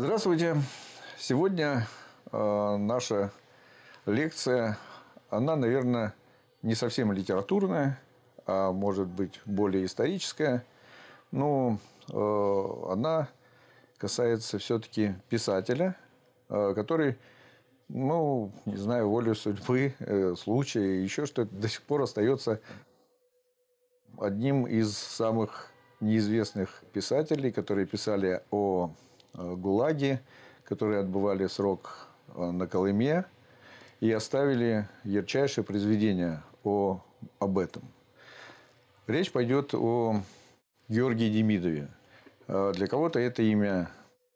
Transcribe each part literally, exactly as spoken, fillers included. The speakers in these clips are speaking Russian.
Здравствуйте! Сегодня э, наша лекция, она, наверное, не совсем литературная, а может быть более историческая. Но э, она касается все-таки писателя, э, который, ну, не знаю, волею судьбы, э, случая, еще что-то, до сих пор остается одним из самых неизвестных писателей, которые писали о ГУЛАГе, которые отбывали срок на Колыме и оставили ярчайшее произведение о, об этом. Речь пойдет о Георгии Демидове. Для кого-то это имя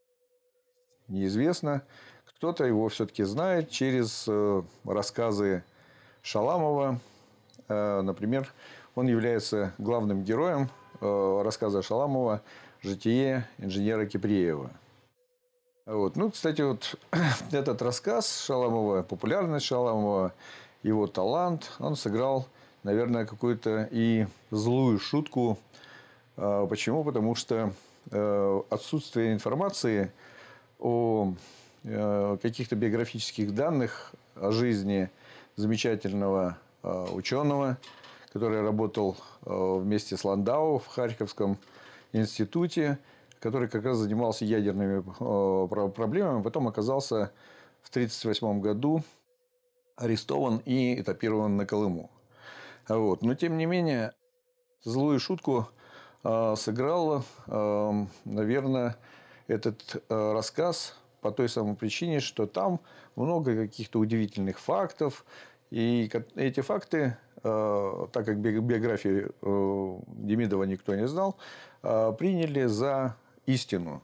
неизвестно, кто-то его все-таки знает через рассказы Шаламова. Например, он является главным героем рассказа Шаламова «Житие инженера Кипреева». Вот. Ну, кстати, вот этот рассказ Шаламова, популярность Шаламова, его талант, он сыграл, наверное, какую-то и злую шутку. Почему? Потому что отсутствие информации о каких-то биографических данных о жизни замечательного ученого, который работал вместе с Ландау в Харьковском институте, который как раз занимался ядерными проблемами, потом оказался в тридцать восьмом году арестован и этапирован на Колыму. Вот. Но, тем не менее, злую шутку сыграл, наверное, этот рассказ по той самой причине, что там много каких-то удивительных фактов. И эти факты, так как биографии Демидова никто не знал, приняли за истину.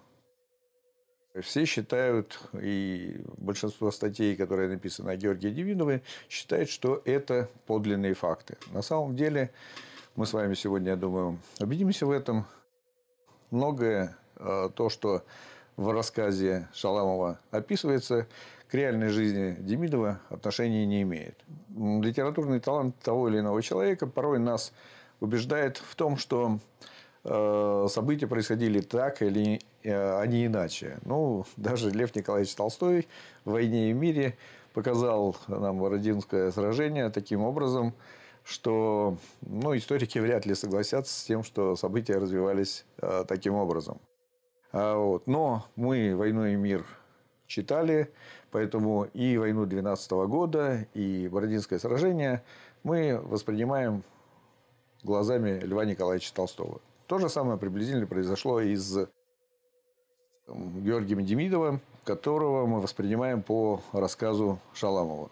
Все считают, и большинство статей, которые написаны о Георгии Демидове, считают, что это подлинные факты. На самом деле, мы с вами сегодня, я думаю, убедимся в этом. Многое то, что в рассказе Шаламова описывается, к реальной жизни Демидова отношения не имеет. Литературный талант того или иного человека порой нас убеждает в том, что события происходили так или а не иначе. Ну, даже Лев Николаевич Толстой в «Войне и мире» показал нам Бородинское сражение таким образом, что, ну, историки вряд ли согласятся с тем, что события развивались а, таким образом. А, вот. Но мы «Войну и мир» читали, поэтому и «Войну двенадцатого года», и Бородинское сражение мы воспринимаем глазами Льва Николаевича Толстого. То же самое приблизительно произошло и с Георгием Демидовым, которого мы воспринимаем по рассказу Шаламова.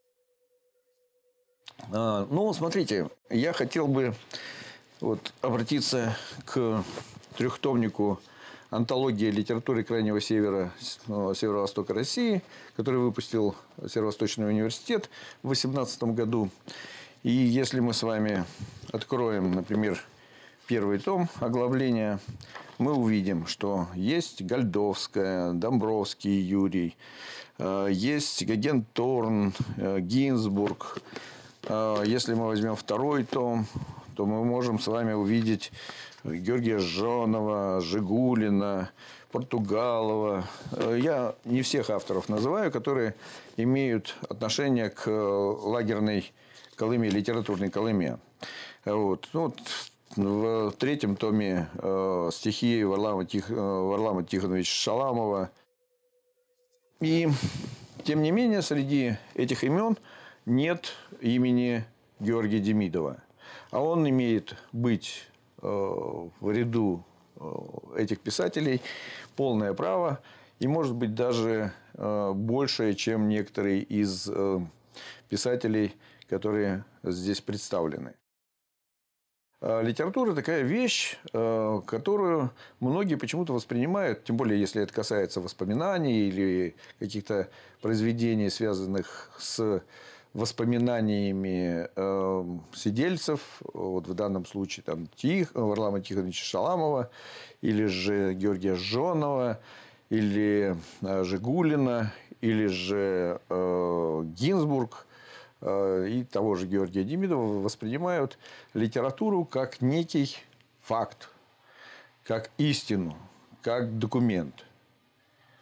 Ну, смотрите, я хотел бы вот обратиться к трехтомнику «Антология литературы Крайнего Севера, Северо-Востока России», который выпустил Северо-Восточный университет в две тысячи восемнадцатом году. И если мы с вами откроем, например, первый том оглавления, мы увидим, что есть Гольдовская, Домбровский Юрий, есть Гоген Торн, Гинзбург. Если мы возьмем второй том, то мы можем с вами увидеть Георгия Жонова, Жигулина, Португалова. Я не всех авторов называю, которые имеют отношение к лагерной Колыме, литературной Колыме. Вот. Вот. В третьем томе э, стихи Варлама, Тих... Варлама Тихоновича Шаламова. И, тем не менее, среди этих имен нет имени Георгия Демидова. А он имеет быть э, в ряду э, этих писателей полное право. И, может быть, даже э, большее, чем некоторые из э, писателей, которые здесь представлены. Литература – такая вещь, которую многие почему-то воспринимают, тем более, если это касается воспоминаний или каких-то произведений, связанных с воспоминаниями сидельцев, вот в данном случае там, Тих, Варлама Тихоновича Шаламова, или же Георгия Жонова, или Жигулина, или же Гинзбург и того же Георгия Демидова воспринимают литературу как некий факт, как истину, как документ.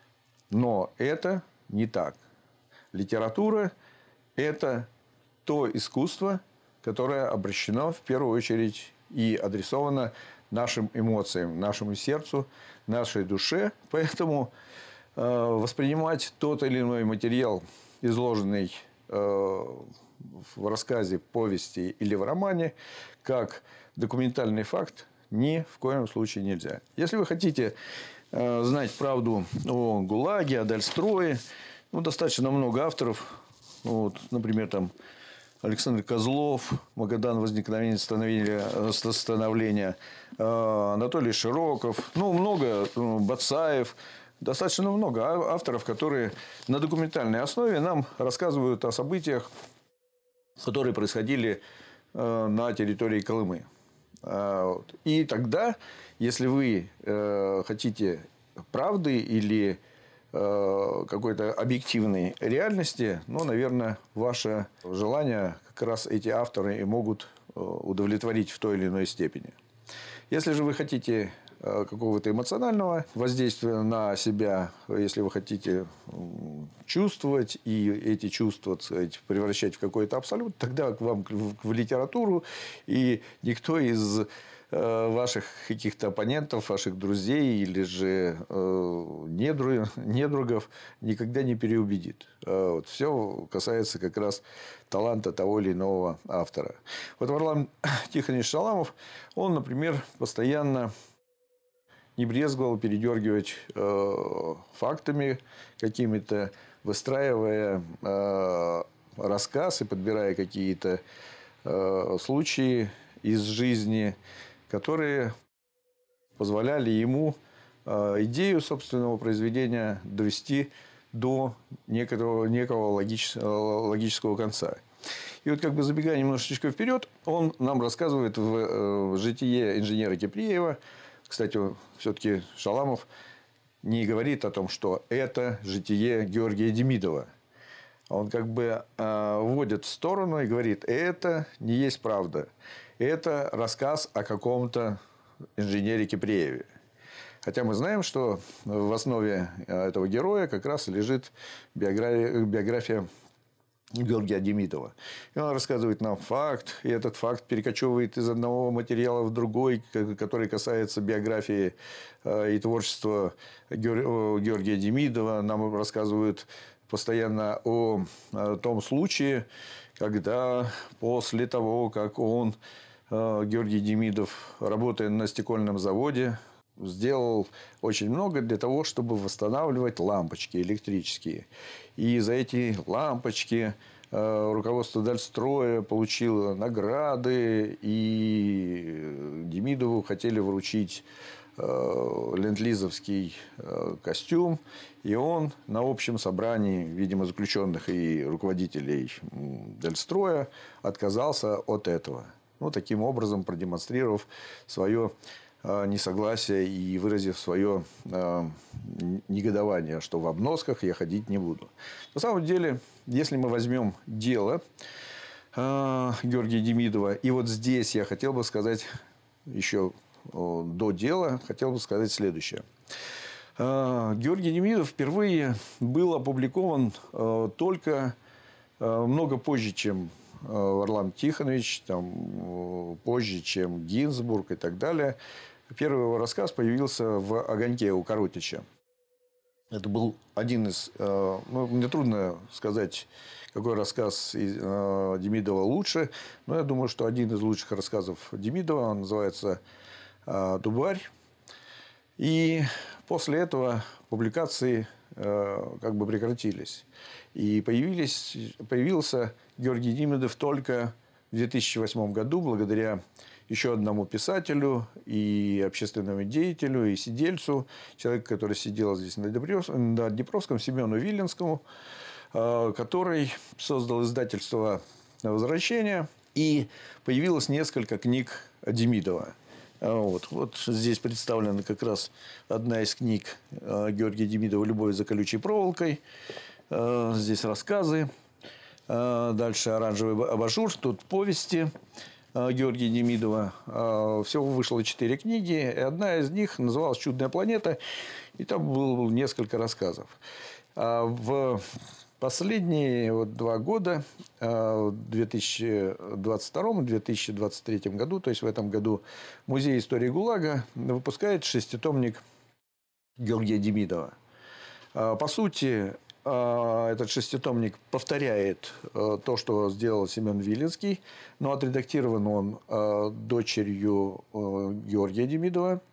Но это не так. Литература – это то искусство, которое обращено в первую очередь и адресовано нашим эмоциям, нашему сердцу, нашей душе. Поэтому э, воспринимать тот или иной материал, изложенный э, в рассказе, повести или в романе, как документальный факт, ни в коем случае нельзя. Если вы хотите э, знать правду о ГУЛАГе, о Дальстрое, ну, достаточно много авторов. Вот, например, там Александр Козлов, «Магадан. Возникновение становления, становления», Анатолий Широков, ну, много, Бацаев. Достаточно много авторов, которые на документальной основе нам рассказывают о событиях, которые происходили на территории Колымы. И тогда, если вы хотите правды или какой-то объективной реальности, ну, наверное, ваше желание как раз эти авторы и могут удовлетворить в той или иной степени. Если же вы хотите какого-то эмоционального воздействия на себя, если вы хотите чувствовать и эти чувства, так сказать, превращать в какой-то абсолют, тогда к вам в литературу, и никто из ваших каких-то оппонентов, ваших друзей или же э, недругов, недругов никогда не переубедит. Вот. Все касается как раз таланта того или иного автора. Вот Варлам Тихонович Шаламов, он, например, постоянно не брезговал передергивать э, фактами какими-то, выстраивая э, рассказ и подбирая какие-то э, случаи из жизни, которые позволяли ему идею собственного произведения довести до некого, некого логич, логического конца. И вот, как бы забегая немножечко вперед, он нам рассказывает в житие инженера Кипреева. Кстати, все-таки Шаламов не говорит о том, что это житие Георгия Демидова. Он как бы вводит в сторону и говорит: это не есть правда. Это рассказ о каком-то инженере Кипрееве. Хотя мы знаем, что в основе этого героя как раз лежит биография, биография Георгия Демидова. И он рассказывает нам факт, и этот факт перекочевывает из одного материала в другой, который касается биографии и творчества Георгия Демидова. Нам рассказывают постоянно о том случае, когда после того, как он, Георгий Демидов, работая на стекольном заводе, сделал очень много для того, чтобы восстанавливать лампочки электрические. И за эти лампочки руководство Дальстроя получило награды, и Демидову хотели вручить ленд-лизовский костюм. И он на общем собрании, видимо, заключенных и руководителей Дальстроя отказался от этого. Ну, таким образом продемонстрировав свое несогласие и выразив свое негодование, что в обносках я ходить не буду. На самом деле, если мы возьмем дело Георгия Демидова, и вот здесь я хотел бы сказать еще до дела, хотел бы сказать следующее. Георгий Демидов впервые был опубликован только много позже, чем Варлам Тихонович, там, позже, чем Гинзбург и так далее. Первый его рассказ появился в «Огоньке» у Коротича. Это был один из... Ну, мне трудно сказать, какой рассказ Демидова лучше, но я думаю, что один из лучших рассказов Демидова, он называется «Дубарь». И после этого публикации как бы прекратились. И появились, появился Георгий Демидов только в две тысячи восьмом году, благодаря еще одному писателю и общественному деятелю, и сидельцу, человеку, который сидел здесь на Днепровском, Семену Виленскому, который создал издательство «Возвращение», и появилось несколько книг Демидова. Вот. Вот здесь представлена как раз одна из книг Георгия Демидова «Любовь за колючей проволокой». Здесь рассказы. Дальше «Оранжевый абажур». Тут повести. Георгия Демидова. Всего вышло четыре книги. И одна из них называлась «Чудная планета». И там было несколько рассказов. В последние вот два года, в две тысячи двадцать втором и две тысячи двадцать третьем году, то есть в этом году, Музей истории ГУЛАГа выпускает шеститомник Георгия Демидова. По сути, этот шеститомник повторяет то, что сделал Семен Виленский, но отредактирован он дочерью Георгия Демидова.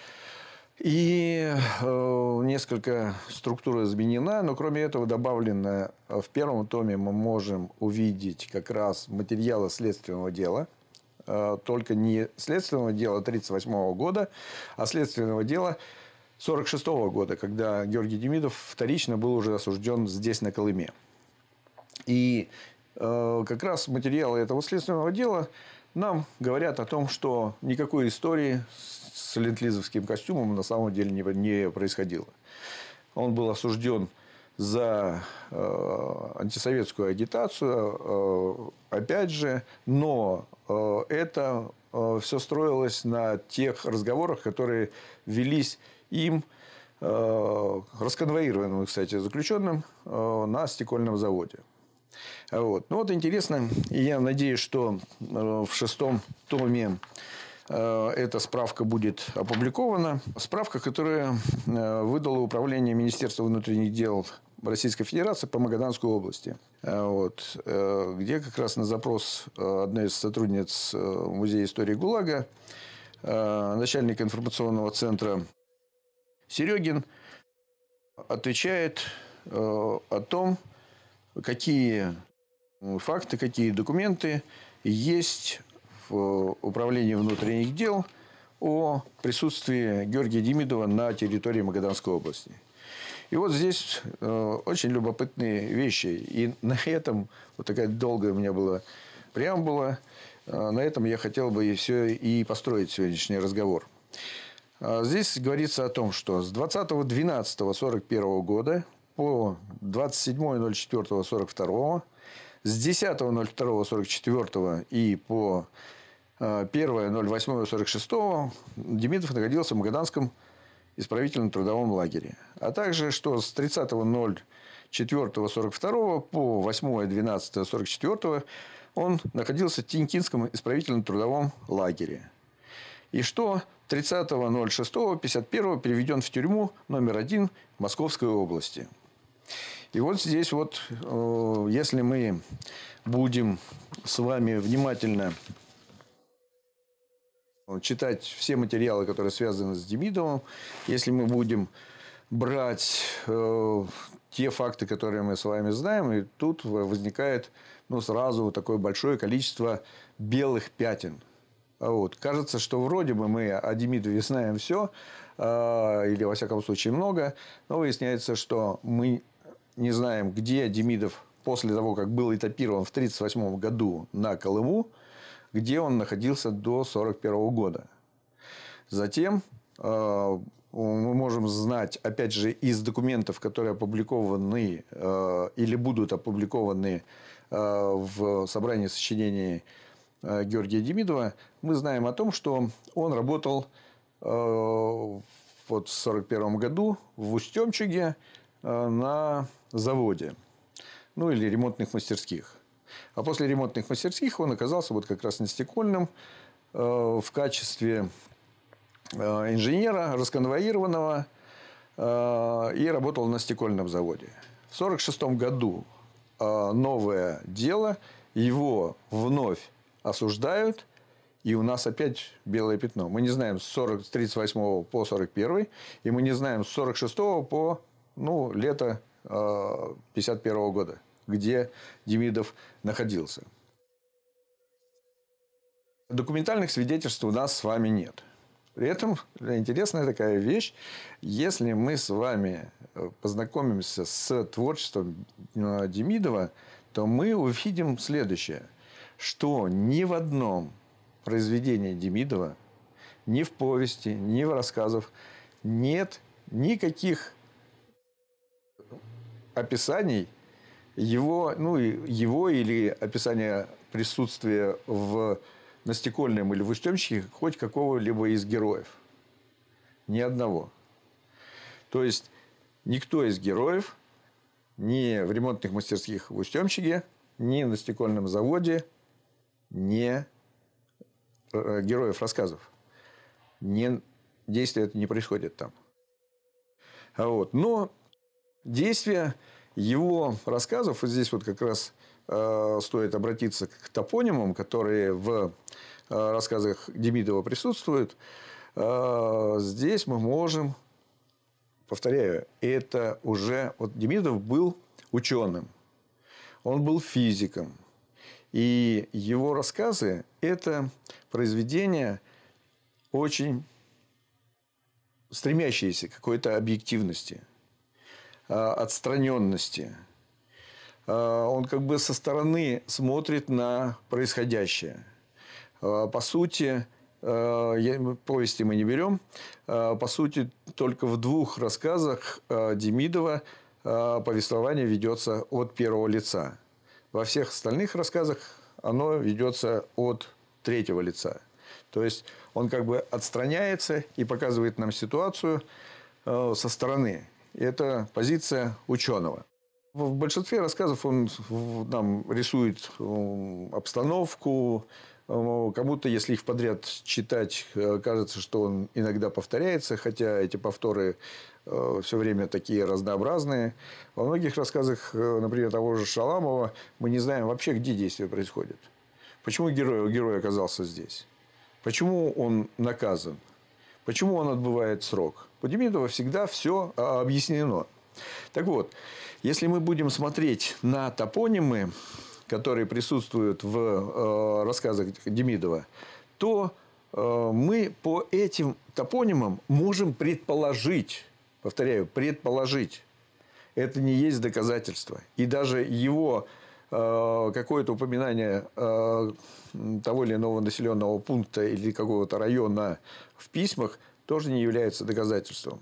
И несколько структура изменена, но кроме этого добавлено в первом томе мы можем увидеть как раз материалы следственного дела. Только не следственного дела тридцать восьмого года, а следственного дела сорок шестого года, когда Георгий Демидов вторично был уже осужден здесь, на Колыме. И э, как раз материалы этого следственного дела нам говорят о том, что никакой истории с ленд-лизовским костюмом на самом деле не, не происходило. Он был осужден за э, антисоветскую агитацию, э, опять же, но э, это э, все строилось на тех разговорах, которые велись им, э, расконвоированным, кстати, заключенным э, на стекольном заводе. Вот. Ну, вот интересно, и я надеюсь, что э, в шестом томе э, эта справка будет опубликована. Справка, которая э, выдало Управление Министерства внутренних дел Российской Федерации по Магаданской области. Э, вот, э, где как раз на запрос одной из сотрудниц э, Музея истории ГУЛАГа э, начальник информационного центра Серегин отвечает э, о том, какие факты, какие документы есть в Управлении внутренних дел о присутствии Георгия Демидова на территории Магаданской области. И вот здесь э, очень любопытные вещи. И на этом, вот такая долгая у меня была преамбула, э, на этом я хотел бы и все и построить сегодняшний разговор. Здесь говорится о том, что с двадцатого двенадцатого сорок первого года по двадцать седьмое ноль четвёртого сорок второго, с десятого ноль второго сорок четвёртого и по первое ноль восьмое сорок шестого Демидов находился в Магаданском исправительном трудовом лагере. А также, что с тридцатого ноль четвёртого сорок второго по восьмое двенадцатое сорок четвёртого он находился в Тинькинском исправительном трудовом лагере. И что тридцатого ноль шестого пятьдесят первого переведен в тюрьму номер один Московской области. И вот здесь вот, если мы будем с вами внимательно читать все материалы, которые связаны с Демидовым, если мы будем брать э, те факты, которые мы с вами знаем, и тут возникает ну, сразу такое большое количество белых пятен. Вот. Кажется, что вроде бы мы о Демидове знаем все, э, или, во всяком случае, много, но выясняется, что мы не знаем, где Демидов после того, как был этапирован в тысяча девятьсот тридцать восьмом году на Колыму, где он находился до сорок первого года. Затем э, мы можем знать, опять же, из документов, которые опубликованы э, или будут опубликованы э, в собрании сочинений э, Георгия Демидова, мы знаем о том, что он работал э, вот в сорок первом году в Устемчуге э, на заводе, ну или ремонтных мастерских. А после ремонтных мастерских он оказался вот как раз на Стекольном э, в качестве э, инженера, расконвоированного, э, и работал на стекольном заводе. В сорок шестом году э, новое дело, его вновь осуждают, и у нас опять белое пятно. Мы не знаем с, сорок, с тридцать восьмого по сорок первый, и мы не знаем с сорок шестого по ну, лето э, пятьдесят первого года, где Демидов находился. Документальных свидетельств у нас с вами нет. При этом интересная такая вещь. Если мы с вами познакомимся с творчеством Демидова, то мы увидим следующее. Что ни в одном произведении Демидова, ни в повести, ни в рассказах нет никаких описаний его, ну, его или описание присутствия в на Стекольном или в Устемщике хоть какого-либо из героев. Ни одного. То есть, никто из героев ни в ремонтных мастерских в Устемщике, ни на Стекольном заводе, не героев рассказов. Не, действие это не происходит там. Вот. Но действие его рассказов, вот здесь вот как раз э, стоит обратиться к топонимам, которые в э, рассказах Демидова присутствуют. Э, здесь мы можем, повторяю, это уже... Вот Демидов был ученым, он был физиком. И его рассказы – это произведения, очень стремящиеся к какой-то объективности, отстраненности. Он как бы со стороны смотрит на происходящее. По сути, повести мы не берем. По сути, только в двух рассказах Демидова повествование ведется от первого лица. Во всех остальных рассказах оно ведется от третьего лица. То есть, он как бы отстраняется и показывает нам ситуацию со стороны. И это позиция ученого. В большинстве рассказов он нам рисует обстановку. Кому-то, если их подряд читать, кажется, что он иногда повторяется, хотя эти повторы все время такие разнообразные. Во многих рассказах, например, того же Шаламова, мы не знаем вообще, где действие происходит. Почему герой, герой оказался здесь? Почему он наказан? Почему он отбывает срок? У Демидова всегда все объяснено. Так вот, если мы будем смотреть на топонимы, которые присутствуют в э, рассказах Демидова, то э, мы по этим топонимам можем предположить, повторяю, предположить, это не есть доказательство. И даже его э, какое-то упоминание э, того или иного населенного пункта или какого-то района в письмах тоже не является доказательством.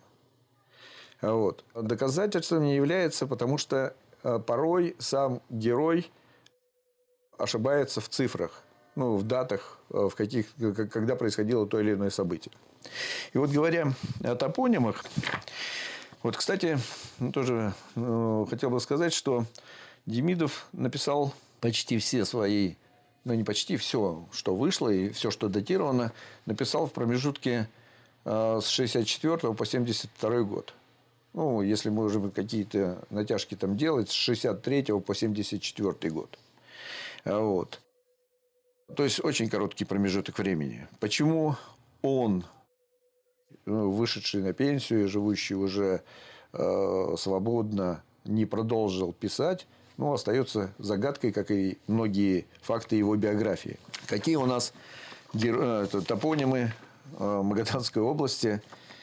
Вот. Доказательством не является, потому что э, порой сам герой ошибается в цифрах, ну, в датах, в каких, когда происходило то или иное событие. И вот говоря о топонимах, вот, кстати, тоже э, хотел бы сказать, что Демидов написал почти все свои, ну, не почти, все, что вышло и все, что датировано, написал в промежутке э, с шестьдесят четвёртого по семьдесят второй год. Ну, если мы уже какие-то натяжки там делать, с шестьдесят третьего по семьдесят четвёртый год. Вот. То есть, очень короткий промежуток времени. Почему он, вышедший на пенсию, живущий уже э, свободно, не продолжил писать, ну, остается загадкой, как и многие факты его биографии. Какие у нас геро... топонимы э, Магаданской области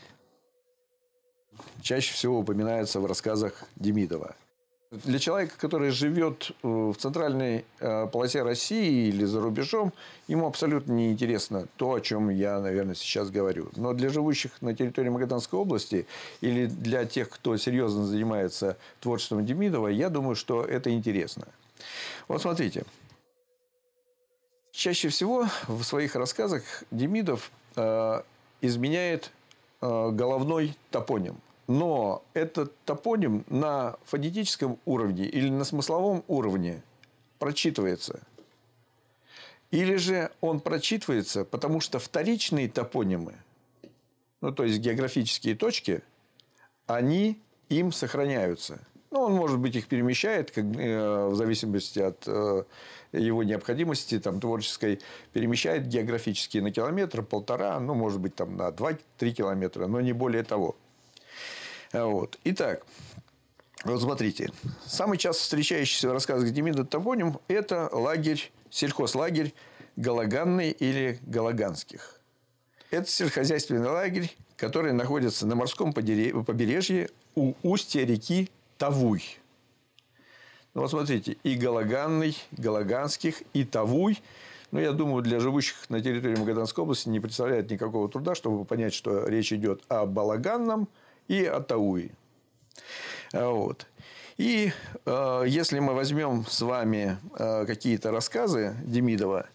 чаще всего упоминаются в рассказах Демидова? Для человека, который живет в центральной полосе России или за рубежом, ему абсолютно неинтересно то, о чем я, наверное, сейчас говорю. Но для живущих на территории Магаданской области или для тех, кто серьезно занимается творчеством Демидова, я думаю, что это интересно. Вот смотрите. Чаще всего в своих рассказах Демидов э, изменяет э, головной топоним. Но этот топоним на фонетическом уровне или на смысловом уровне прочитывается. Или же он прочитывается, потому что вторичные топонимы, ну, то есть географические точки, они им сохраняются. Ну, он, может быть, их перемещает, как, э, в зависимости от э, его необходимости там, творческой, перемещает географически на километр, полтора, ну, может быть, там, на два-три километра, но не более того. Вот. Итак, вот смотрите. Самый часто встречающийся в рассказах Демидова топоним – это лагерь, сельхозлагерь Галаганный или Галаганских. Это сельскохозяйственный лагерь, который находится на морском побережье у устья реки Тавуй. Ну, вот смотрите, и Галаганный, Галаганских, и Тавуй. Ну, я думаю, для живущих на территории Магаданской области не представляет никакого труда, чтобы понять, что речь идет о Балаганном и о Тауи. Вот. И э, если мы возьмем с вами э, какие-то рассказы Демидова,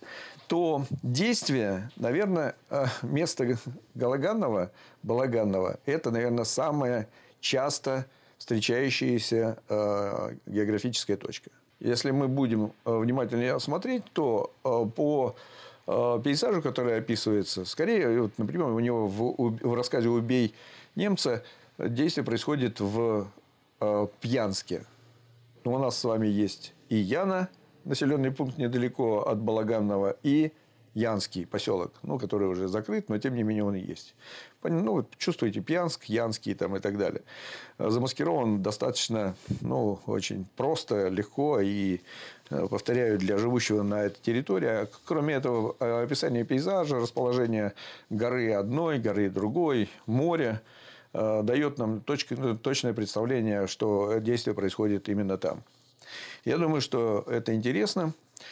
то действие, наверное, место Галаганного, Балаганного, это, наверное, самая часто встречающаяся э, географическая точка. Если мы будем внимательно смотреть, то э, по э, пейзажу, который описывается, скорее, вот, например, у него в, в рассказе «Убей немца» действие происходит в э, Пьянске. Но у нас с вами есть и Яна, населенный пункт недалеко от Балаганного, и Янский поселок, ну, который уже закрыт, но тем не менее он и есть. Ну, вот чувствуете Пьянск, Янский там, и так далее. Замаскирован достаточно, ну, очень просто, легко и, повторяю, для живущего на этой территории. Кроме этого, описание пейзажа, расположение горы одной, горы другой, моря дает нам точка, точное представление, что действие происходит именно там. Я думаю, что это интересно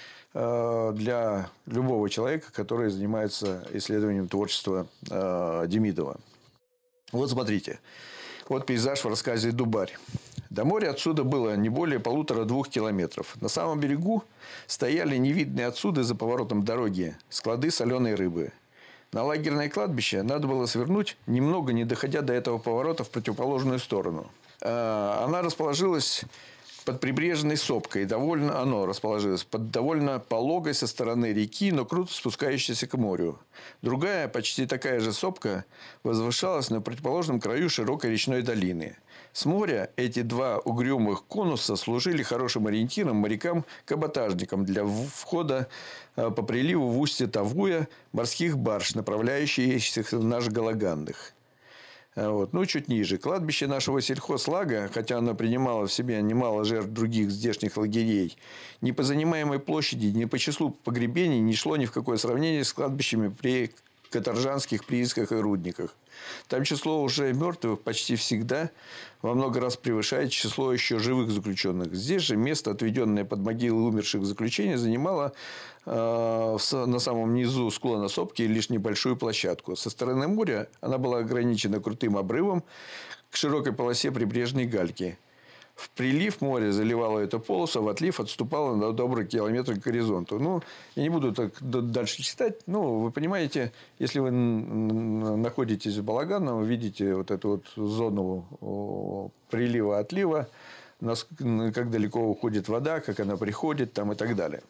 для любого человека, который занимается исследованием творчества Демидова. Вот смотрите. Вот пейзаж в рассказе «Дубарь». До моря отсюда было не более полутора-двух километров. На самом берегу стояли невидные отсюда за поворотом дороги склады соленой рыбы. На лагерное кладбище надо было свернуть, немного не доходя до этого поворота в противоположную сторону. Она расположилась под прибрежной сопкой. Довольно, оно расположилось под довольно пологой со стороны реки, но круто спускающейся к морю. Другая, почти такая же сопка, возвышалась на противоположном краю широкой речной долины. С моря эти два угрюмых конуса служили хорошим ориентиром морякам-каботажникам для входа по приливу в устье Тавуя морских барж, направляющихся в наш Галаганных. Вот. Ну, чуть ниже. Кладбище нашего сельхозлага, хотя оно принимало в себе немало жертв других здешних лагерей, ни по занимаемой площади, ни по числу погребений не шло ни в какое сравнение с кладбищами при каторжанских приисках и рудниках. Там число уже мертвых почти всегда во много раз превышает число еще живых заключенных. Здесь же место, отведенное под могилы умерших заключения, занимало э, на самом низу склона сопки лишь небольшую площадку. Со стороны моря она была ограничена крутым обрывом к широкой полосе прибрежной гальки. В прилив море заливало эту полосу, а в отлив отступало на добрый километр к горизонту. Ну, я не буду так дальше читать. Ну, вы понимаете, если вы находитесь в Балаганном, вы видите вот эту вот зону прилива-отлива, как далеко уходит вода, как она приходит там и так далее.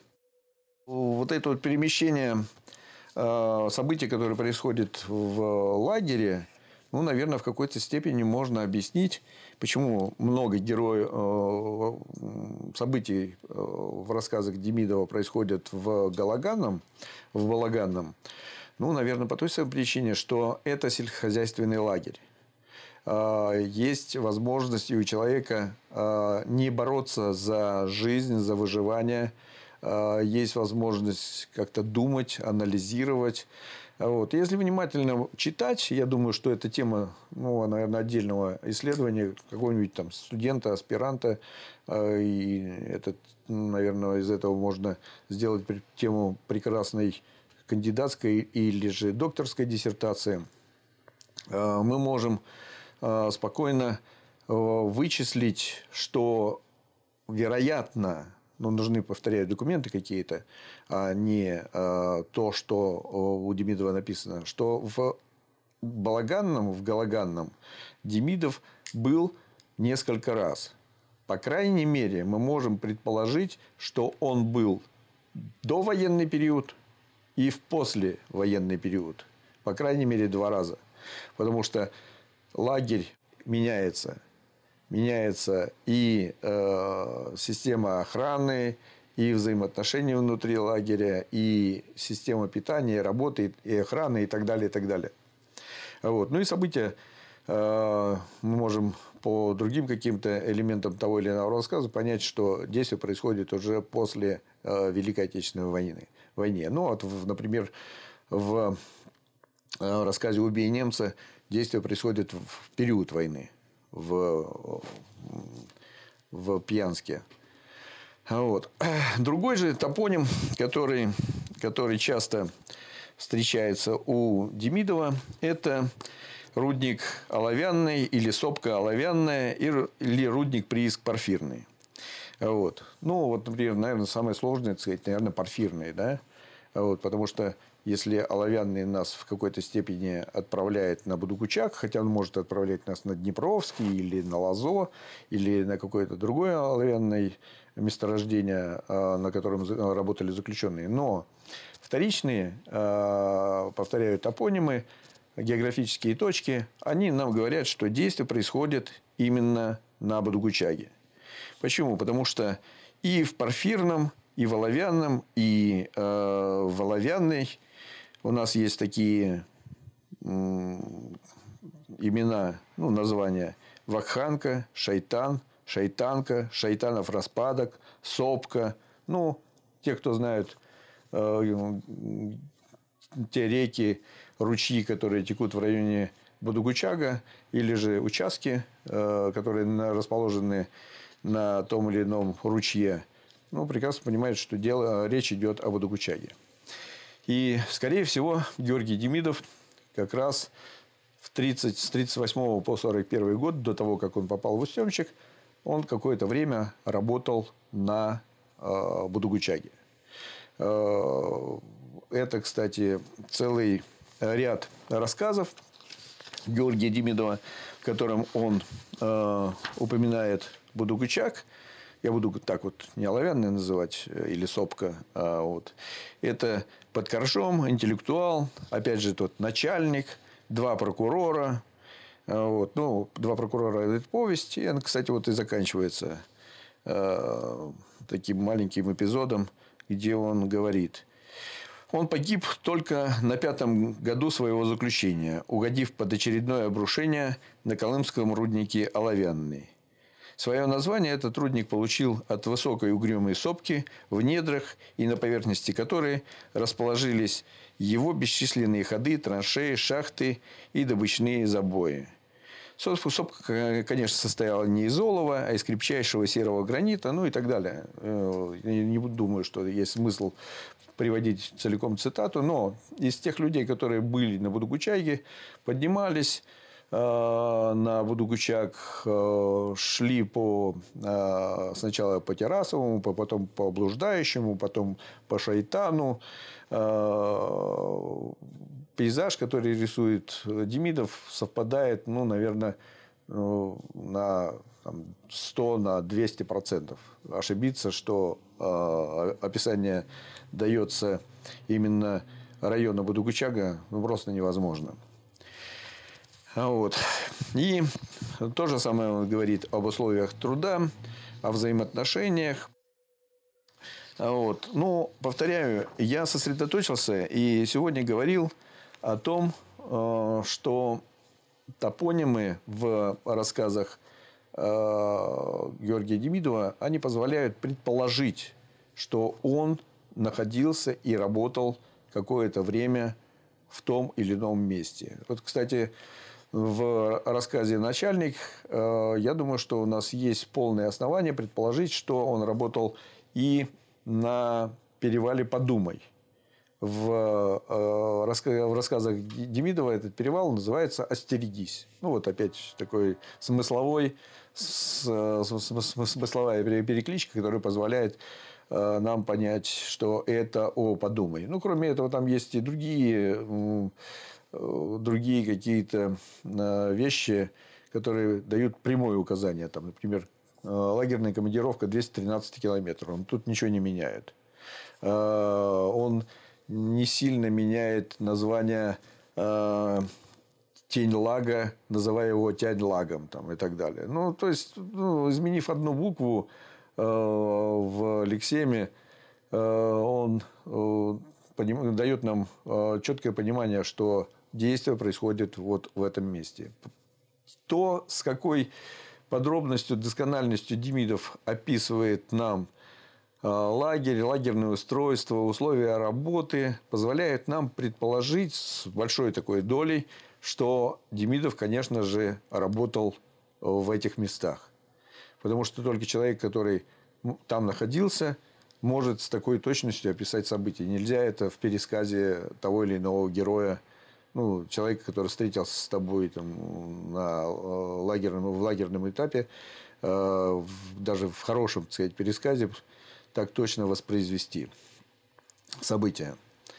Вот это вот перемещение событий, которые происходят в лагере, ну, наверное, в какой-то степени можно объяснить, почему много героев событий в рассказах Демидова происходят в Галаганном, в Балаганном. Ну, наверное, по той самой причине, что это сельскохозяйственный лагерь. Есть возможность у человека не бороться за жизнь, за выживание. Есть возможность как-то думать, анализировать. Вот. Если внимательно читать, я думаю, что эта тема, ну, наверное, отдельного исследования какого-нибудь там студента, аспиранта. И этот, наверное, из этого можно сделать тему прекрасной кандидатской или же докторской диссертации. Мы можем спокойно вычислить, что, вероятно, но нужны, повторяю, документы какие-то, а не а, то, что у Демидова написано, что в Балаганном, в Галаганном Демидов был несколько раз. По крайней мере, мы можем предположить, что он был до военный период и в послевоенный период. По крайней мере, два раза. Потому что лагерь меняется. Меняется и э, система охраны, и взаимоотношения внутри лагеря, и система питания, и работы, и охраны, и так далее, и так далее. Вот. Ну и события э, мы можем по другим каким-то элементам того или иного рассказа понять, что действие происходит уже после э, Великой Отечественной войны. войне. Ну, вот, например, в э, рассказе «Убей немца» действие происходит в период войны. В, в Пьянске. Вот. Другой же топоним, который, который часто встречается у Демидова, это рудник оловянный или сопка оловянная или рудник прииск порфирный. Вот. Ну, вот, например, наверное, самое сложное, так сказать, наверное, порфирный, да? Вот, потому что если Оловянный нас в какой-то степени отправляет на Будукучак, хотя он может отправлять нас на Днепровский или на Лозо, или на какое-то другое оловянное месторождение, на котором работали заключенные. Но вторичные, повторяю, топонимы, географические точки, они нам говорят, что действие происходит именно на Будукучаге. Почему? Потому что и в Порфирном, и в Оловянном, и э, в Оловянной у нас есть такие м, имена, ну, названия: Вакханка, Шайтан, Шайтанка, Шайтанов распадок, Сопка. Ну, те, кто знают э, те реки, ручьи, которые текут в районе Будукучага, или же участки, э, которые расположены на том или ином ручье, ну, прекрасно понимают, что дело, речь идет об Будукучаге. И, скорее всего, Георгий Демидов как раз в тридцать, с тридцать восьмого по сорок первый год, до того, как он попал в Устюмчик, он какое-то время работал на э, Будукучаге. Э, это, кстати, целый ряд рассказов Георгия Демидова, в котором он э, упоминает Будукучак. Я буду так вот не Оловянный называть, или Сопка. А вот. Это под Коржом, интеллектуал, опять же, тот начальник, два прокурора. Вот. Ну, два прокурора – это повесть. И она, кстати, вот и заканчивается э, таким маленьким эпизодом, где он говорит: он погиб только на пятом году своего заключения, угодив под очередное обрушение на колымском руднике Оловянный. Свое название этот рудник получил от высокой угрюмой сопки, в недрах и на поверхности которой расположились его бесчисленные ходы, траншеи, шахты и добычные забои. Сопка, конечно, состояла не из олова, а из крепчайшего серого гранита, ну и так далее. Я не думаю, что есть смысл приводить целиком цитату, но из тех людей, которые были на Будукучаге, поднимались на Будукучак, шли по, сначала по Террасовому, потом по Блуждающему, потом по Шайтану. Пейзаж, который рисует Демидов, совпадает, ну, наверное, на сто на двести процентов. Ошибиться, что описание дается именно района Будукучага, ну, просто невозможно. Вот. И то же самое он говорит об условиях труда, о взаимоотношениях. Вот. Ну, повторяю, я сосредоточился и сегодня говорил о том, что топонимы в рассказах Георгия Демидова, они позволяют предположить, что он находился и работал какое-то время в том или ином месте. Вот, кстати, в рассказе «Начальник», я думаю, что у нас есть полное основание предположить, что он работал и на перевале Подумай. В рассказах Демидова этот перевал называется «Остерегись». Ну, вот опять такой смысловой, смысловая перекличка, которая позволяет нам понять, что это о Подумай. Ну, кроме этого, там есть и другие... другие какие-то вещи, которые дают прямое указание. Там, например, лагерная командировка двести тринадцать километров. Он тут ничего не меняет. Он не сильно меняет название Тень-Лага, называя его Тянь-Лагом там, и так далее. Ну, то есть, ну, изменив одну букву в лексеме, он дает нам четкое понимание, что действие происходит вот в этом месте. То, с какой подробностью, доскональностью Демидов описывает нам лагерь, лагерное устройство, условия работы, позволяет нам предположить с большой такой долей, что Демидов, конечно же, работал в этих местах. Потому что только человек, который там находился, может с такой точностью описать события. Нельзя это в пересказе того или иного героя, ну, человека, который встретился с тобой там, на лагерном, в лагерном этапе, э, даже в хорошем, так сказать, пересказе, так точно воспроизвести события.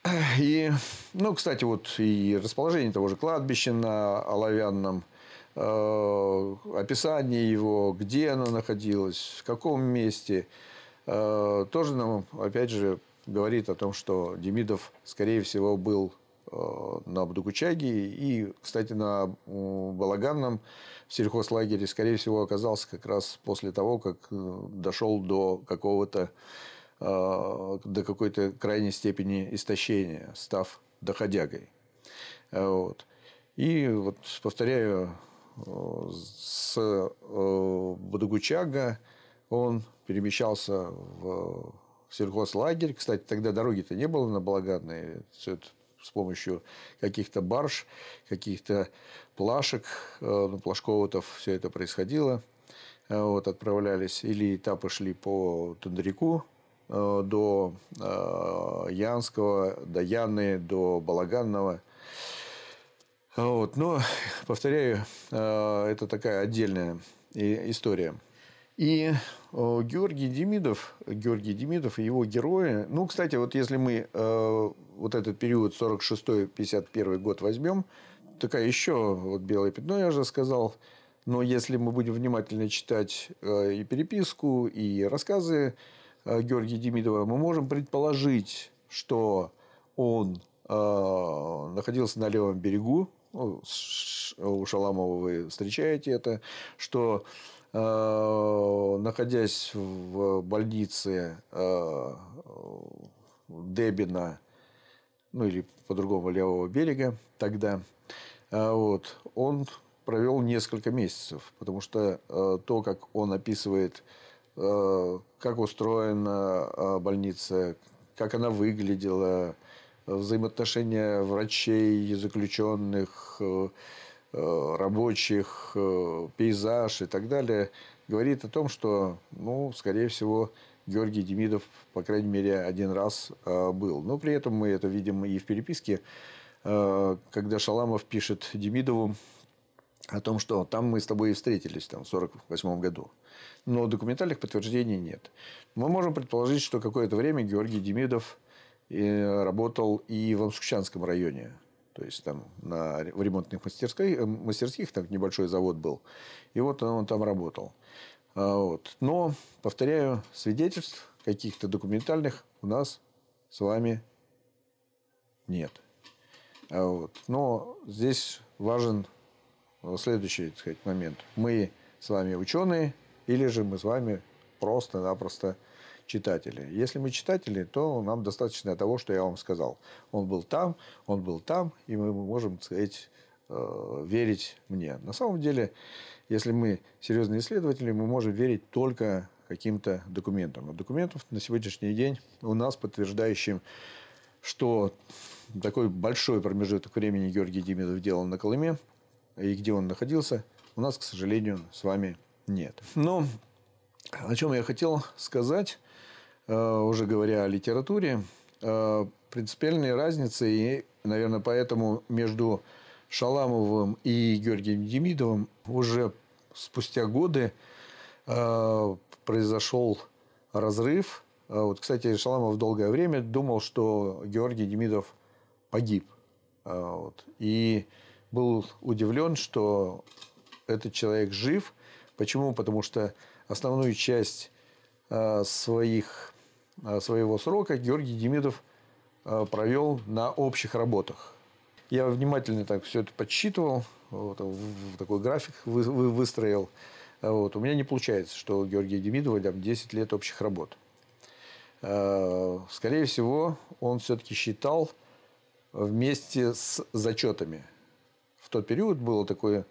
И, ну, кстати, вот и расположение того же кладбища на Оловянном, э, описание его, где оно находилось, в каком месте, э, тоже нам, опять же, говорит о том, что Демидов, скорее всего, был э, на Бдукучаге. И, кстати, на Балаганном в сельхозлагере, скорее всего, оказался как раз после того, как дошел до какого-то до какой-то крайней степени истощения, став доходягой. Вот. И вот, повторяю, с Бадугучага он перемещался в сельхозлагерь. Кстати, тогда дороги-то не было на Балаганной. Все это с помощью каких-то барж, каких-то плашек, ну, плашководов все это происходило. Вот, отправлялись. Или этапы шли по Тундарику до Янского, до Яны, до Балаганного. Вот. Но, повторяю, это такая отдельная история. И Георгий Демидов, Георгий Демидов и его герои... Ну, кстати, вот если мы вот этот период сорок шестой — пятьдесят первый год возьмем, такая еще вот белое пятно, я уже сказал. Но если мы будем внимательно читать и переписку, и рассказы Георгия Демидова, мы можем предположить, что он э, находился на левом берегу. У Шаламова вы встречаете это, что э, находясь в больнице э, Дебина, ну или по-другому левого берега тогда, э, вот, он провел несколько месяцев, потому что э, то, как он описывает, как устроена больница, как она выглядела, взаимоотношения врачей, заключенных, рабочих, пейзаж и так далее, говорит о том, что, ну, скорее всего, Георгий Демидов, по крайней мере, один раз был. Но при этом мы это видим и в переписке, когда Шаламов пишет Демидову о том, что там мы с тобой и встретились там, в сорок восьмом году. Но документальных подтверждений нет. Мы можем предположить, что какое-то время Георгий Демидов работал и в Амсукчанском районе. То есть, там на, в ремонтных мастерских, мастерских там небольшой завод был. И вот он там работал. Вот. Но, повторяю, свидетельств каких-то документальных у нас с вами нет. Вот. Но здесь важен следующий, так сказать, момент. Мы с вами ученые, или же мы с вами просто-напросто читатели. Если мы читатели, то нам достаточно того, что я вам сказал. Он был там, он был там, и мы можем, так сказать, верить мне. На самом деле, если мы серьезные исследователи, мы можем верить только каким-то документам. А документов на сегодняшний день у нас, подтверждающим, что такой большой промежуток времени Георгий Демидов делал на Колыме, и где он находился, у нас, к сожалению, с вами нет. Но о чем я хотел сказать, уже говоря о литературе, принципиальной разницы, и, наверное, поэтому между Шаламовым и Георгием Демидовым уже спустя годы произошел разрыв. Вот, кстати, Шаламов долгое время думал, что Георгий Демидов погиб. Вот, и был удивлен, что этот человек жив. Почему? Потому что основную часть своих, своего срока Георгий Демидов провел на общих работах. Я внимательно так все это подсчитывал, вот, в такой график вы, вы, выстроил. Вот. У меня не получается, что у Георгия Демидова там десять лет общих работ. Скорее всего, он все-таки считал вместе с зачетами. В тот период было такое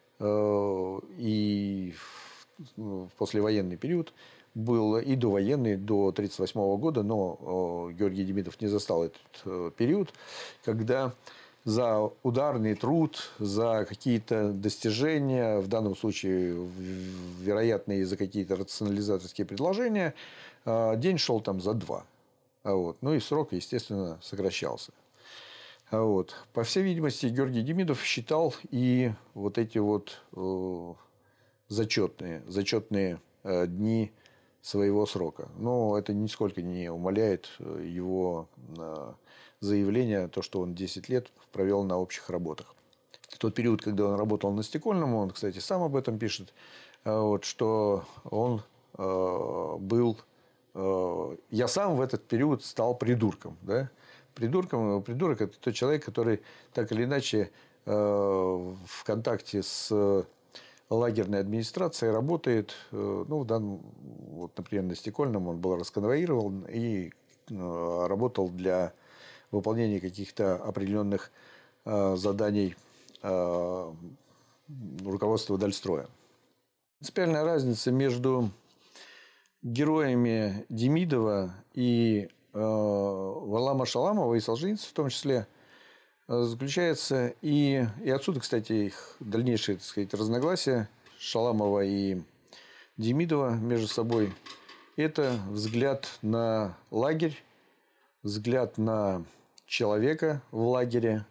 и в послевоенный период, был и довоенный, до тридцать восьмого года, но Георгий Демидов не застал этот период, когда за ударный труд, за какие-то достижения, в данном случае, вероятно, и за какие-то рационализаторские предложения, день шел там за два. Вот. Ну и срок, естественно, сокращался. Вот. По всей видимости, Георгий Демидов считал и вот эти вот э, зачетные, зачетные э, дни своего срока. Но это нисколько не умаляет его э, заявление, то, что он десять лет провел на общих работах. В тот период, когда он работал на Стекольном, он, кстати, сам об этом пишет, вот, что он э, был... Э, я сам в этот период стал придурком. Да? Придурком, придурок – это тот человек, который так или иначе э, в контакте с лагерной администрацией работает. Э, ну, в данном, вот, например, на Стекольном он был расконвоирован и э, работал для выполнения каких-то определенных э, заданий э, руководства Дальстроя. Принципиальная разница между героями Демидова и э, Варлама Шаламова, и Солженицына в том числе, э, заключается и... И отсюда, кстати, их дальнейшие, так сказать, разногласия Шаламова и Демидова между собой. Это взгляд на лагерь, взгляд на человека в лагере.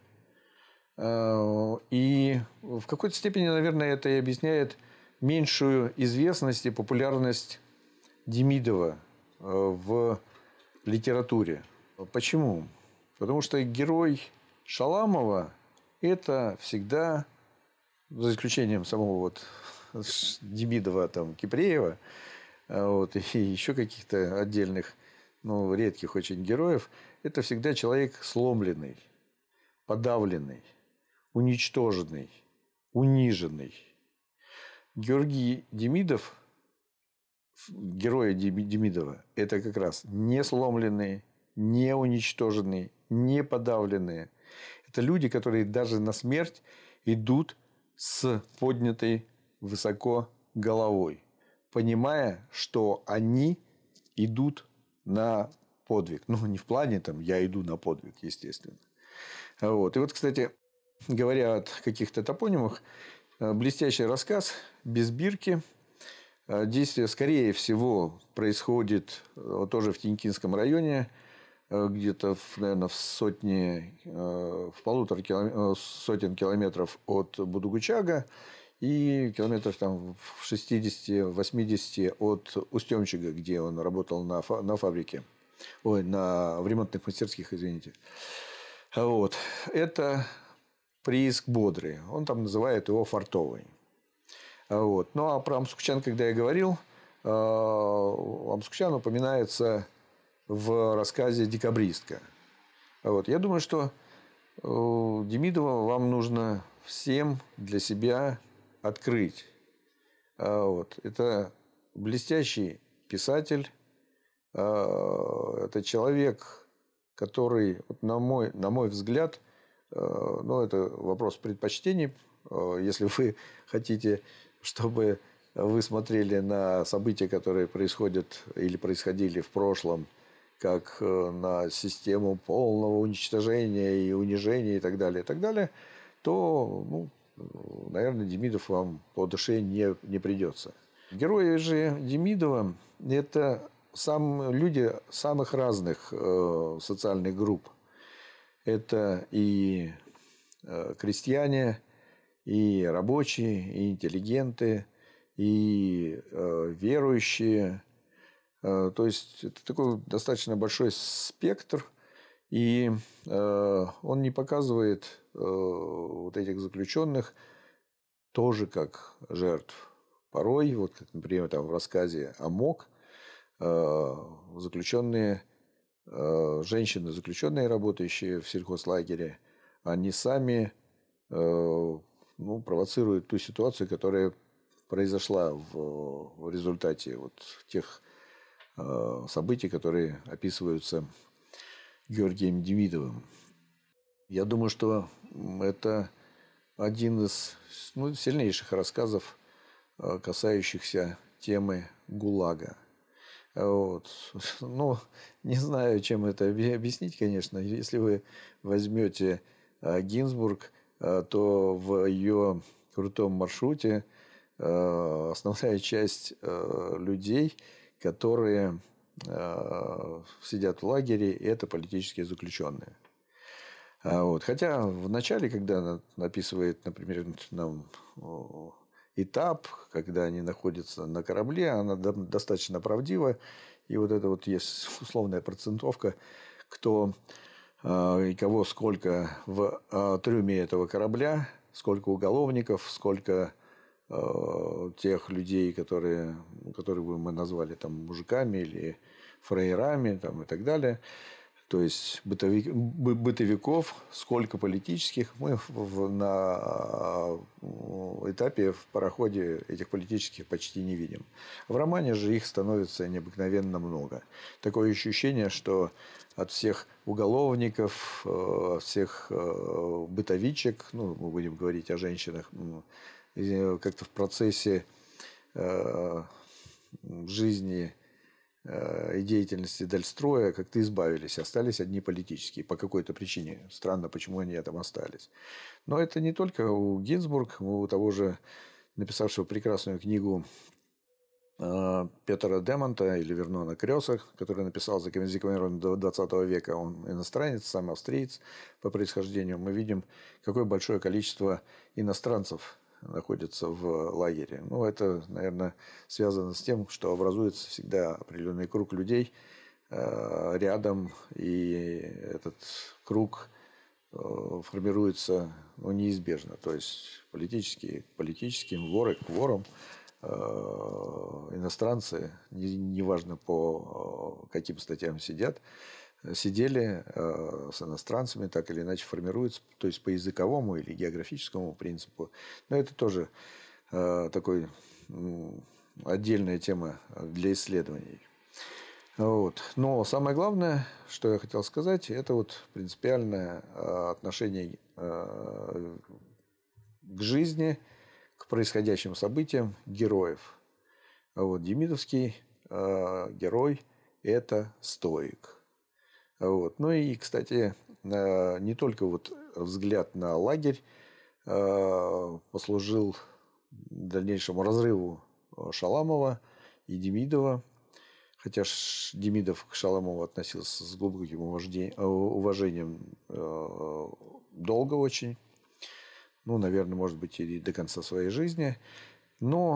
Э, и в какой-то степени, наверное, это и объясняет меньшую известность и популярность Демидова в литературе. Почему? Потому что герой Шаламова – это всегда, за исключением самого вот Демидова, там, Кипреева, вот, и еще каких-то отдельных, ну, редких очень героев, это всегда человек сломленный, подавленный, уничтоженный, униженный. Георгий Демидов, герои Демидова, это как раз не сломленные, не уничтоженные, не подавленные. Это люди, которые даже на смерть идут с поднятой высоко головой, понимая, что они идут на подвиг. Ну, не в плане там «я иду на подвиг», естественно. Вот. И вот, кстати, говоря о каких-то топонимах, блестящий рассказ «Без бирки». Действие, скорее всего, происходит тоже в Тенькинском районе, где-то, наверное, в сотне, в полутора километр, сотен километров от Будугучага и километров там, в шестидесяти-восьмидесяти от Устемчига, где он работал на, на фабрике, ой, на, в ремонтных мастерских, извините. Вот. Это прииск Бодрый. Он там называет его Фартовый. Вот. Ну, а про Амсукчан, когда я говорил, Амсукчан упоминается в рассказе «Декабристка». Вот. Я думаю, что Демидова вам нужно всем для себя открыть. Вот. Это блестящий писатель. Это человек, который, на мой, на мой взгляд, ну, это вопрос предпочтений. Если вы хотите, чтобы вы смотрели на события, которые происходят или происходили в прошлом, как на систему полного уничтожения и унижения и так далее, и так далее, то, ну, наверное, Демидов вам по душе не, не придется. Герои же Демидова – это сам, люди самых разных э, социальных групп. Это и э, крестьяне, и рабочие, и интеллигенты, и э, верующие. Э, то есть, это такой достаточно большой спектр. И э, он не показывает э, вот этих заключенных тоже как жертв. Порой, вот как, например, там в рассказе «Амок», э, заключенные, э, женщины, заключенные, работающие в сельхозлагере, они сами э, ну, провоцируют ту ситуацию, которая произошла в, в результате вот тех э, событий, которые описываются Георгием Демидовым. Я думаю, что это один из, ну, сильнейших рассказов, касающихся темы ГУЛАГа. Вот. Ну, не знаю, чем это объяснить, конечно. Если вы возьмете Гинзбург, то в ее крутом маршруте основная часть людей, которые сидят в лагере, это политические заключенные. Вот. Хотя в начале, когда она описывает, например, нам этап, когда они находятся на корабле, она достаточно правдива. И вот это вот есть условная процентовка, кто и кого сколько в трюме этого корабля, сколько уголовников, сколько тех людей, которые, которые мы назвали там мужиками или фраерами там, и так далее. То есть бытовик, бытовиков, сколько политических, мы в, на этапе в пароходе этих политических почти не видим. В романе же их становится необыкновенно много. Такое ощущение, что от всех уголовников, от всех бытовичек, ну, мы будем говорить о женщинах, как-то в процессе жизни и деятельности Дальстроя как-то избавились, остались одни политические по какой-то причине. Странно, почему они там остались. Но это не только у Гинзбург, у того же написавшего прекрасную книгу Петера Демонта или Вернона Крёса, который написал за Камерон двадцатого века. Он иностранец, сам австриец по происхождению. Мы видим, какое большое количество иностранцев находятся в лагере. Ну, это, наверное, связано с тем, что образуется всегда определенный круг людей э, рядом, и этот круг э, формируется ну, неизбежно. То есть политические к политическим, воры к ворам, э, иностранцы, неважно не по каким статьям сидят, сидели э, с иностранцами, так или иначе формируются, то есть по языковому или географическому принципу. Но это тоже э, такой э, отдельная тема для исследований. Вот. Но самое главное, что я хотел сказать, это вот принципиальное э, отношение э, к жизни, к происходящим событиям героев. Вот. Демидовский э, герой – это стоик. Вот. Ну и, кстати, не только вот взгляд на лагерь послужил дальнейшему разрыву Шаламова и Демидова, хотя Демидов к Шаламову относился с глубоким уважением долго очень, ну, наверное, может быть, и до конца своей жизни. Но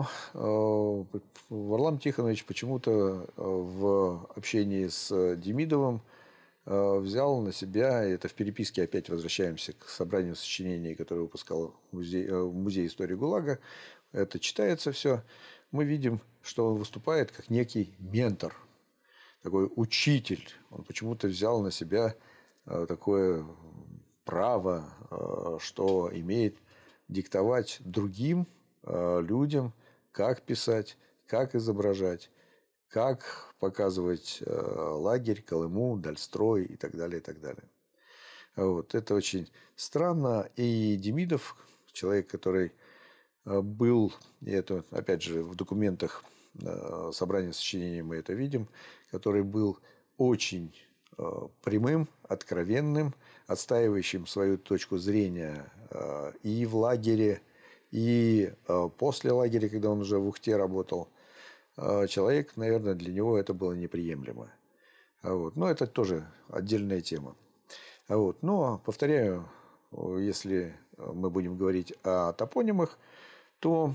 Варлам Тихонович почему-то в общении с Демидовым взял на себя, это в переписке опять возвращаемся к собранию сочинений, которое выпускал музей, музей истории ГУЛАГа, это читается все, мы видим, что он выступает как некий ментор, такой учитель. Он почему-то взял на себя такое право, что имеет диктовать другим людям, как писать, как изображать, как показывать э, лагерь, Колыму, Дальстрой и так далее, и так далее. Вот. Это очень странно. И Демидов, человек, который э, был, и это, опять же, в документах э, собрания сочинений мы это видим, который был очень э, прямым, откровенным, отстаивающим свою точку зрения э, и в лагере, и э, после лагеря, когда он уже в Ухте работал. Человек, наверное, для него это было неприемлемо. Вот. Но это тоже отдельная тема. Вот. Но, повторяю, если мы будем говорить о топонимах, то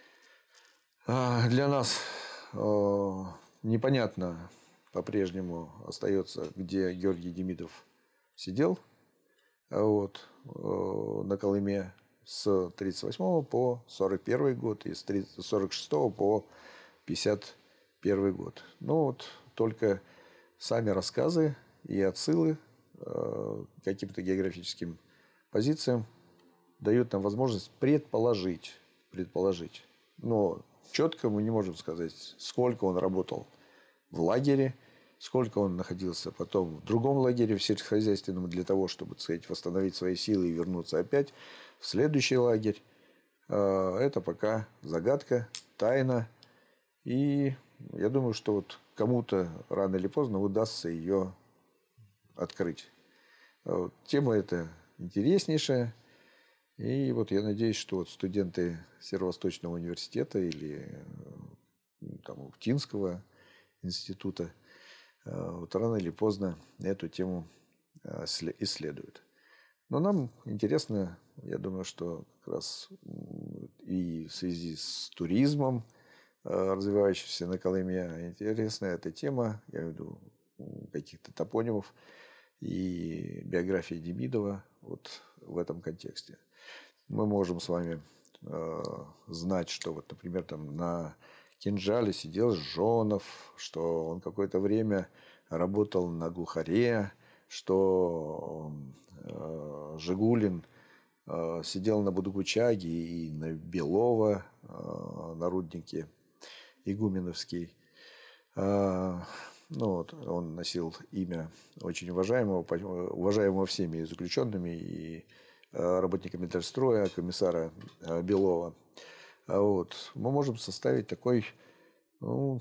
для нас непонятно по-прежнему остается, где Георгий Демидов сидел вот, на Колыме с тридцать восьмого по сорок первый год и с сорок шестого по пятьдесят первый год. Но вот только сами рассказы и отсылы э, к каким-то географическим позициям дают нам возможность предположить, предположить. Но четко мы не можем сказать, сколько он работал в лагере, сколько он находился потом в другом лагере, в сельскохозяйственном, для того, чтобы, так сказать, восстановить свои силы и вернуться опять в следующий лагерь. Э, это пока загадка, тайна. И я думаю, что вот кому-то рано или поздно удастся ее открыть. Вот. Тема эта интереснейшая. И вот я надеюсь, что вот студенты Северо-Восточного университета или там, Ухтинского института вот, рано или поздно эту тему исследуют. Но нам интересно, я думаю, что как раз и в связи с туризмом, развивающийся на Колыме, интересная эта тема, я имею в виду каких-то топонимов, и биография Демидова вот в этом контексте. Мы можем с вами э, знать, что, вот, например, там на кинжале сидел Жонов, что он какое-то время работал на глухаре, что э, Жигулин э, сидел на Будугучаге и на Белова, э, на руднике Игуменовский. Э, ну, вот, он носил имя очень уважаемого, уважаемого всеми заключенными и работниками Дальстроя, комиссара Белова. Вот. Мы можем составить такой, ну,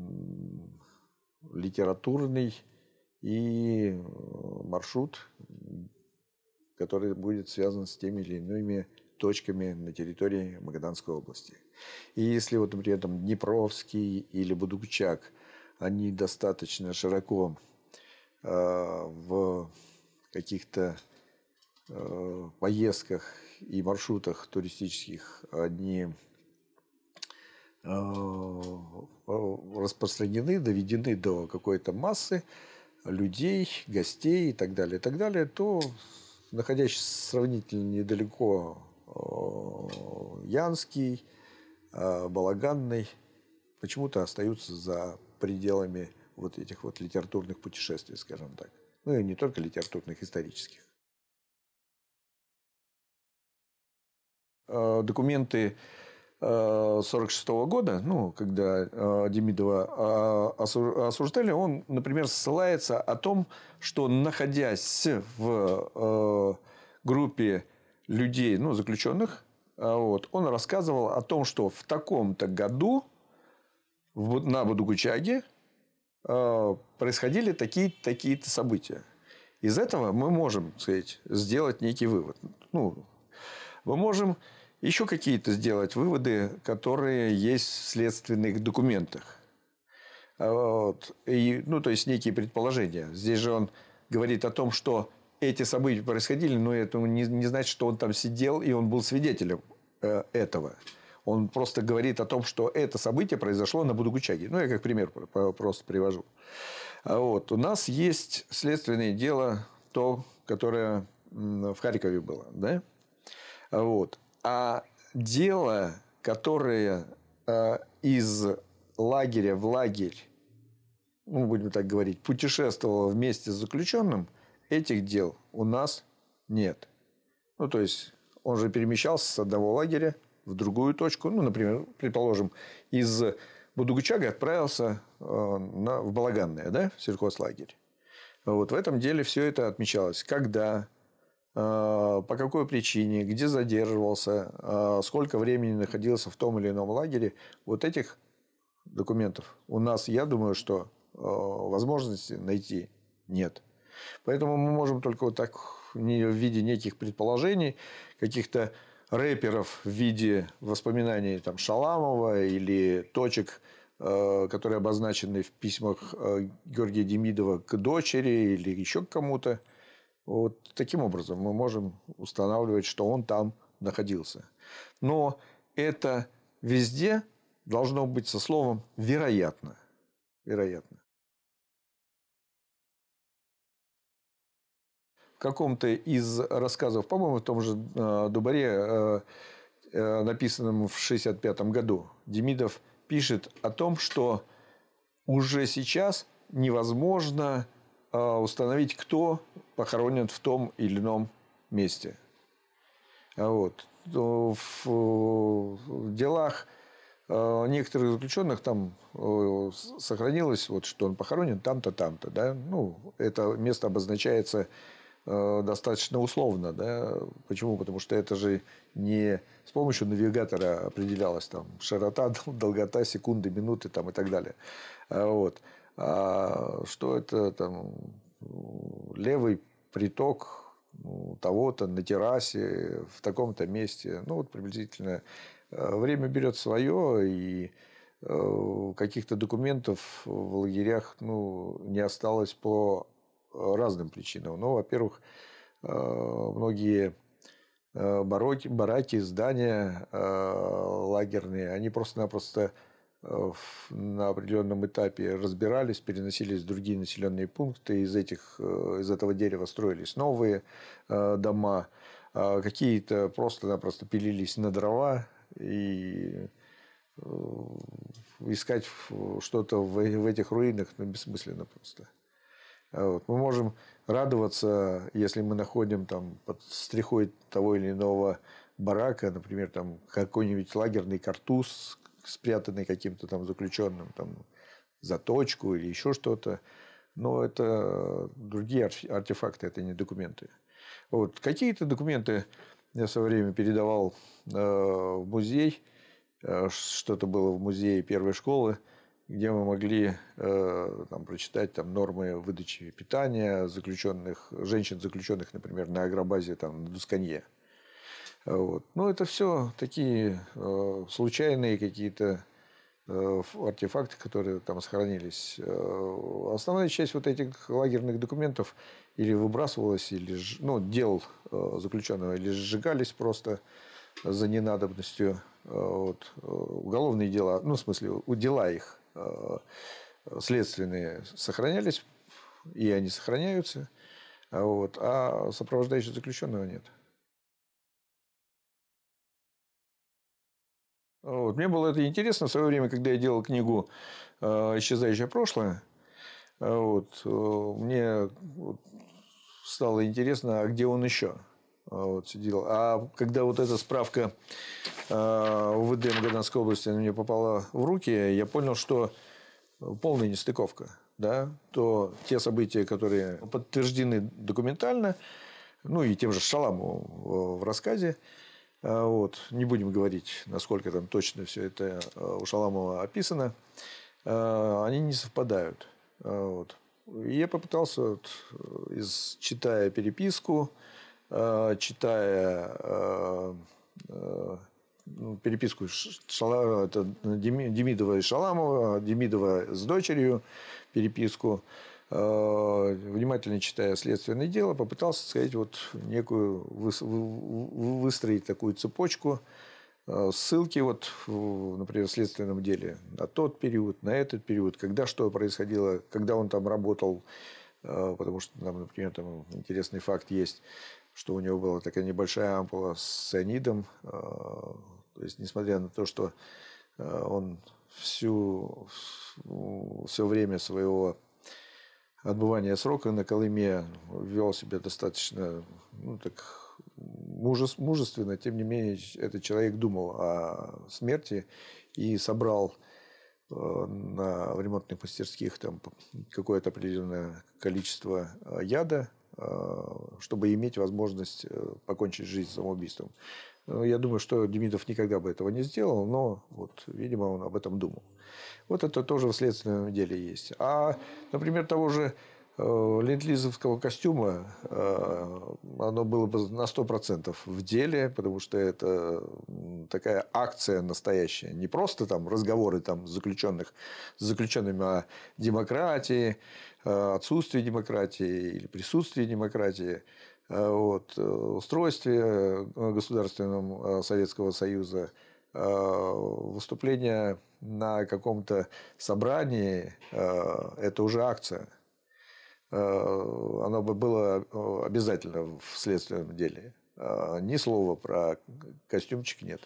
литературный и маршрут, который будет связан с теми или иными точками на территории Магаданской области. И если вот, например, там Днепровский или Будугучаг, они достаточно широко э, в каких-то э, поездках и маршрутах туристических они распространены, доведены до какой-то массы людей, гостей и так далее, и так далее, то, находящийся сравнительно недалеко Янский, Балаганный, почему-то остаются за пределами вот этих вот литературных путешествий, скажем так. Ну и не только литературных, исторических. Документы сорок шестого года, ну, когда Демидова осуждали, он, например, ссылается о том, что, находясь в группе людей, ну, заключенных, вот, он рассказывал о том, что в таком-то году на Будугучаге происходили такие-то такие-то события. Из этого мы можем, так сказать, сделать некий вывод. Ну, мы можем еще какие-то сделать выводы, которые есть в следственных документах. Вот. И, ну, то есть, некие предположения. Здесь же он говорит о том, что эти события происходили, но это не, не значит, что он там сидел и он был свидетелем э, этого. Он просто говорит о том, что это событие произошло на Будугучаге. Ну, я как пример просто привожу. Вот. У нас есть следственное дело, то, которое в Харькове было. Да? Вот. А дело, которое э, из лагеря в лагерь, ну, будем так говорить, путешествовало вместе с заключенным, этих дел у нас нет. Ну, то есть, он же перемещался с одного лагеря в другую точку. Ну, например, предположим, из Будугучага отправился э, на, в Балаганное, да, в сельхозлагерь. Вот в этом деле все это отмечалось. Когда, по какой причине, где задерживался, сколько времени находился в том или ином лагере. Вот этих документов у нас, я думаю, что возможности найти нет. Поэтому мы можем только вот так в виде неких предположений, каких-то рэперов в виде воспоминаний там, Шаламова или точек, которые обозначены в письмах Георгия Демидова к дочери или еще к кому-то. Вот таким образом мы можем устанавливать, что он там находился. Но это везде должно быть со словом «вероятно». Вероятно. В каком-то из рассказов, по-моему, в том же Дубаре, написанном в шестьдесят пятом году, Демидов пишет о том, что уже сейчас невозможно установить, кто похоронен в том или ином месте. Вот. В делах некоторых заключенных там сохранилось, вот, что он похоронен там-то, там-то. Да? Ну, это место обозначается достаточно условно. Да? Почему? Потому что это же не с помощью навигатора определялась там широта, долгота, секунды, минуты там, и так далее. Вот. А что это там левый приток того-то на террасе в таком-то месте. Ну, вот приблизительно время берет свое, и каких-то документов в лагерях ну, не осталось по разным причинам. Ну, во-первых, многие бараки, бараки, здания лагерные, они просто-напросто на определенном этапе разбирались, переносились в другие населенные пункты, из, этих, из этого дерева строились новые дома, какие-то просто-напросто пилились на дрова, и искать что-то в этих руинах ну, бессмысленно просто. Вот. Мы можем радоваться, если мы находим там, под стрихой того или иного барака, например, там, какой-нибудь лагерный картуз, спрятанный каким-то там заключенным, там, заточку или еще что-то. Но это другие артефакты, это не документы. Вот. Какие-то документы я в свое время передавал э, в музей. Что-то было в музее первой школы, где мы могли э, там, прочитать там, нормы выдачи питания заключенных, женщин, заключенных, например, на агробазе там, на Дусканье. Вот. Ну, это все такие э, случайные какие-то э, артефакты, которые там сохранились. Э, основная часть вот этих лагерных документов или выбрасывалась, или ну, дел э, заключенного, или сжигались просто за ненадобностью. Вот. Уголовные дела, ну, в смысле, дела их следственные сохранялись, и они сохраняются, вот, а сопровождающего заключенного нет. Вот. Мне было это интересно в свое время, когда я делал книгу «Исчезающее прошлое». Вот, мне стало интересно, а где он еще? Вот, сидел. А когда вот эта справка э, УВД Магаданской области мне попала в руки, я понял, что полная нестыковка. Да? То те события, которые подтверждены документально, ну и тем же Шаламовым в рассказе, э, вот, не будем говорить, насколько там точно все это у Шаламова описано, э, они не совпадают. Вот. И я попытался, вот, из, читая переписку, читая э, э, переписку Шала, это Демидова и Шаламова, Демидова с дочерью переписку, э, внимательно читая следственное дело, попытался сказать, вот, некую, выстроить такую цепочку, э, ссылки, вот, например, в следственном деле на тот период, на этот период, когда что происходило, когда он там работал, э, потому что, там, например, там интересный факт есть, что у него была такая небольшая ампула с цианидом. То есть, несмотря на то, что он всю, все время своего отбывания срока на Колыме вел себя достаточно ну, так, мужественно, тем не менее, этот человек думал о смерти и собрал на ремонтных мастерских там какое-то определенное количество яда, чтобы иметь возможность покончить жизнь самоубийством. Я думаю, что Демидов никогда бы этого не сделал, но, вот, видимо, он об этом думал. Вот это тоже в следственном деле есть. А, например, того же ленд-лизовского костюма, оно было бы на сто процентов в деле, потому что это такая акция настоящая. Не просто там разговоры там, заключенных, с заключенными о демократии, отсутствии демократии или присутствии демократии, вот, устройстве государственном Советского Союза, выступление на каком-то собрании – это уже акция. Оно бы было обязательно в следственном деле. Ни слова про костюмчик нет.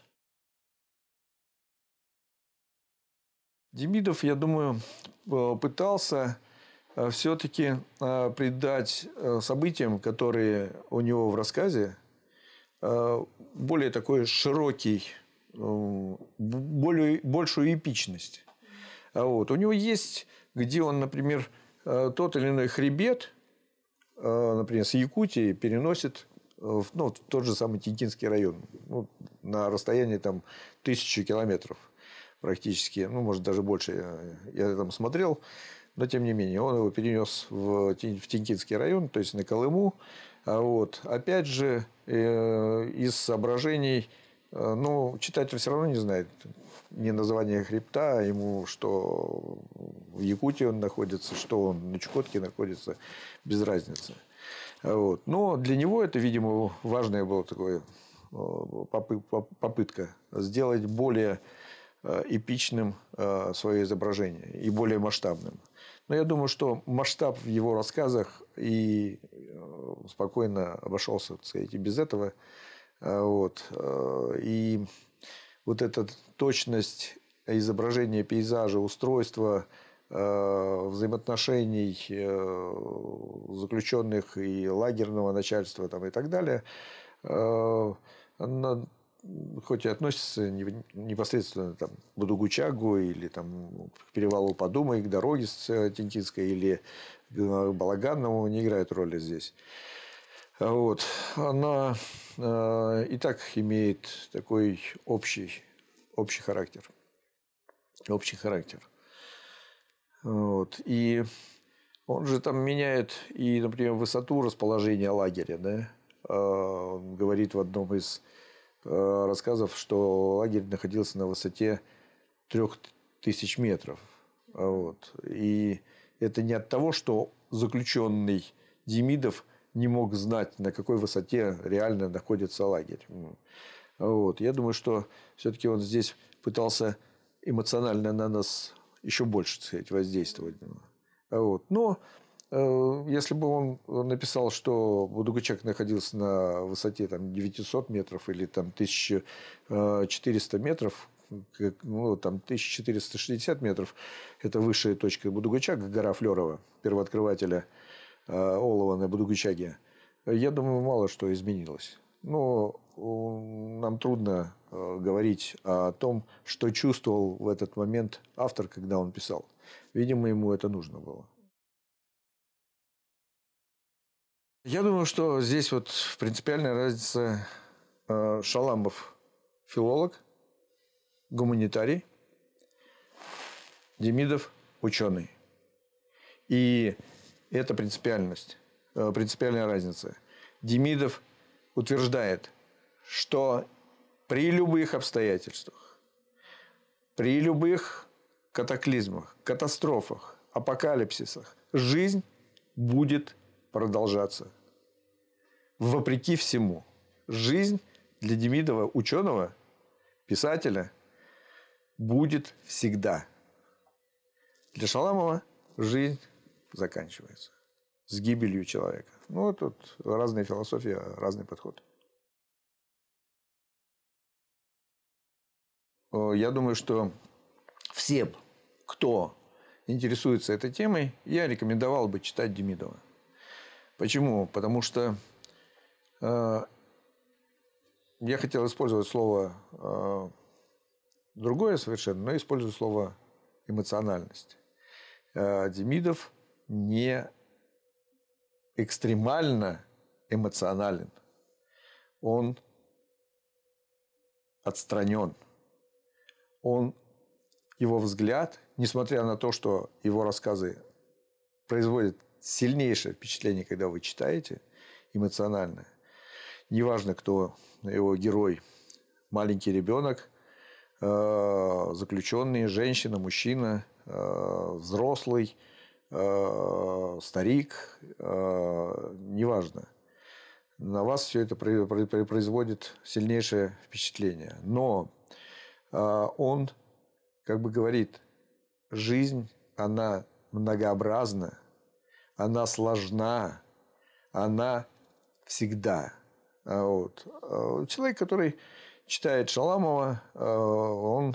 Демидов, я думаю, пытался все-таки придать событиям, которые у него в рассказе, более такой широкий, более, большую эпичность. Вот. У него есть, где он, например, тот или иной хребет, например, с Якутии переносит в, ну, в тот же самый Тинкинский район, ну, на расстоянии там, тысячи километров практически, ну, может, даже больше. Я, я там смотрел, но, тем не менее, он его перенес в, в Тинкинский район, то есть на Колыму. Вот. Опять же, э, из соображений, э, ну, читатель все равно не знает ни название хребта, ему что в Якутии он находится, что он на Чукотке находится, без разницы. Вот. Но для него это, видимо, важная была такая попытка сделать более эпичным свое изображение и более масштабным. Но я думаю, что масштаб в его рассказах и спокойно обошелся, так сказать, и без этого. Вот. И вот эта точность изображения пейзажа, устройства, взаимоотношений заключенных и лагерного начальства там, и так далее, она хоть и относится непосредственно там, к Будугучагу или там, к перевалу Подумай, к дороге с Тинкинской или к Балаганному, не играет роли здесь. Вот. Она э, и так имеет такой общий, общий характер. Общий характер. Вот. И он же там меняет и, например, высоту расположения лагеря. Да? Он говорит в одном из рассказов, что лагерь находился на высоте трех тысяч метров. Вот. И это не от того, что заключенный Демидов не мог знать, на какой высоте реально находится лагерь. Вот. Я думаю, что все-таки он здесь пытался эмоционально на нас еще больше, так сказать, воздействовать. Вот. Но если бы он написал, что Будугучаг находился на высоте там, девятьсот метров или там, тысяча четыреста метров, ну, там, тысяча четыреста шестьдесят метров, это высшая точка Будугучага, гора Флёрова, первооткрывателя олова на Будугучаге, я думаю, мало что изменилось. Но нам трудно говорить о том, что чувствовал в этот момент автор, когда он писал. Видимо, ему это нужно было. Я думаю, что здесь вот принципиальная разница. Шаламов – филолог, гуманитарий, Демидов – ученый. И это принципиальность, принципиальная разница. Демидов утверждает, что при любых обстоятельствах, при любых катаклизмах, катастрофах, апокалипсисах жизнь будет продолжаться. Вопреки всему. Жизнь для Демидова, ученого, писателя, будет всегда. Для Шаламова жизнь заканчивается с гибелью человека. Ну, тут разные философии, разный подход. Я думаю, что всем, кто интересуется этой темой, я рекомендовал бы читать Демидова. Почему? Потому что э, я хотел использовать слово э, другое совершенно, но использую слово эмоциональность. Э, Демидов не экстремально эмоционален. Он отстранен. Он, его взгляд, несмотря на то, что его рассказы производят сильнейшее впечатление, когда вы читаете, эмоциональное. Неважно, кто его герой. Маленький ребенок, заключенный, женщина, мужчина, взрослый, старик. Неважно. На вас все это производит сильнейшее впечатление. Но он как бы говорит, жизнь, она многообразна, она сложна, она всегда. Вот. Человек, который читает Шаламова, он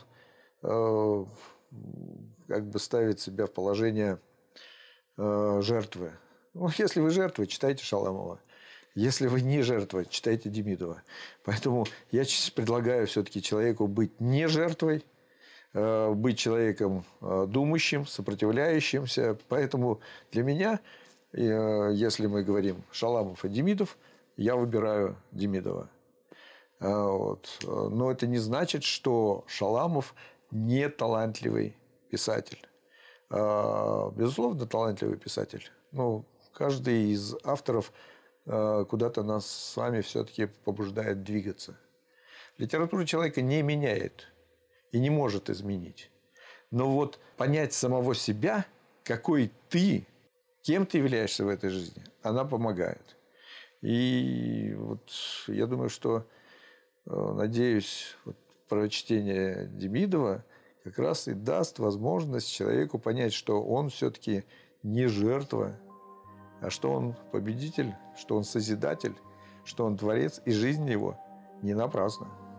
как бы ставит себя в положение жертвы. Ну, если вы жертва, читайте Шаламова. Если вы не жертва, читайте Демидова. Поэтому я предлагаю все-таки человеку быть не жертвой, быть человеком думающим, сопротивляющимся. Поэтому для меня, если мы говорим Шаламов и Демидов, я выбираю Демидова. Вот. Но это не значит, что Шаламов не талантливый писатель. Безусловно, талантливый писатель. Но каждый из авторов куда-то нас с вами все-таки побуждает двигаться. Литература человека не меняет и не может изменить. Но вот понять самого себя, какой ты, кем ты являешься в этой жизни, она помогает. И вот я думаю, что, надеюсь, вот, прочтение Демидова как раз и даст возможность человеку понять, что он все-таки не жертва, а что он победитель, что он созидатель, что он творец, и жизнь его не напрасна.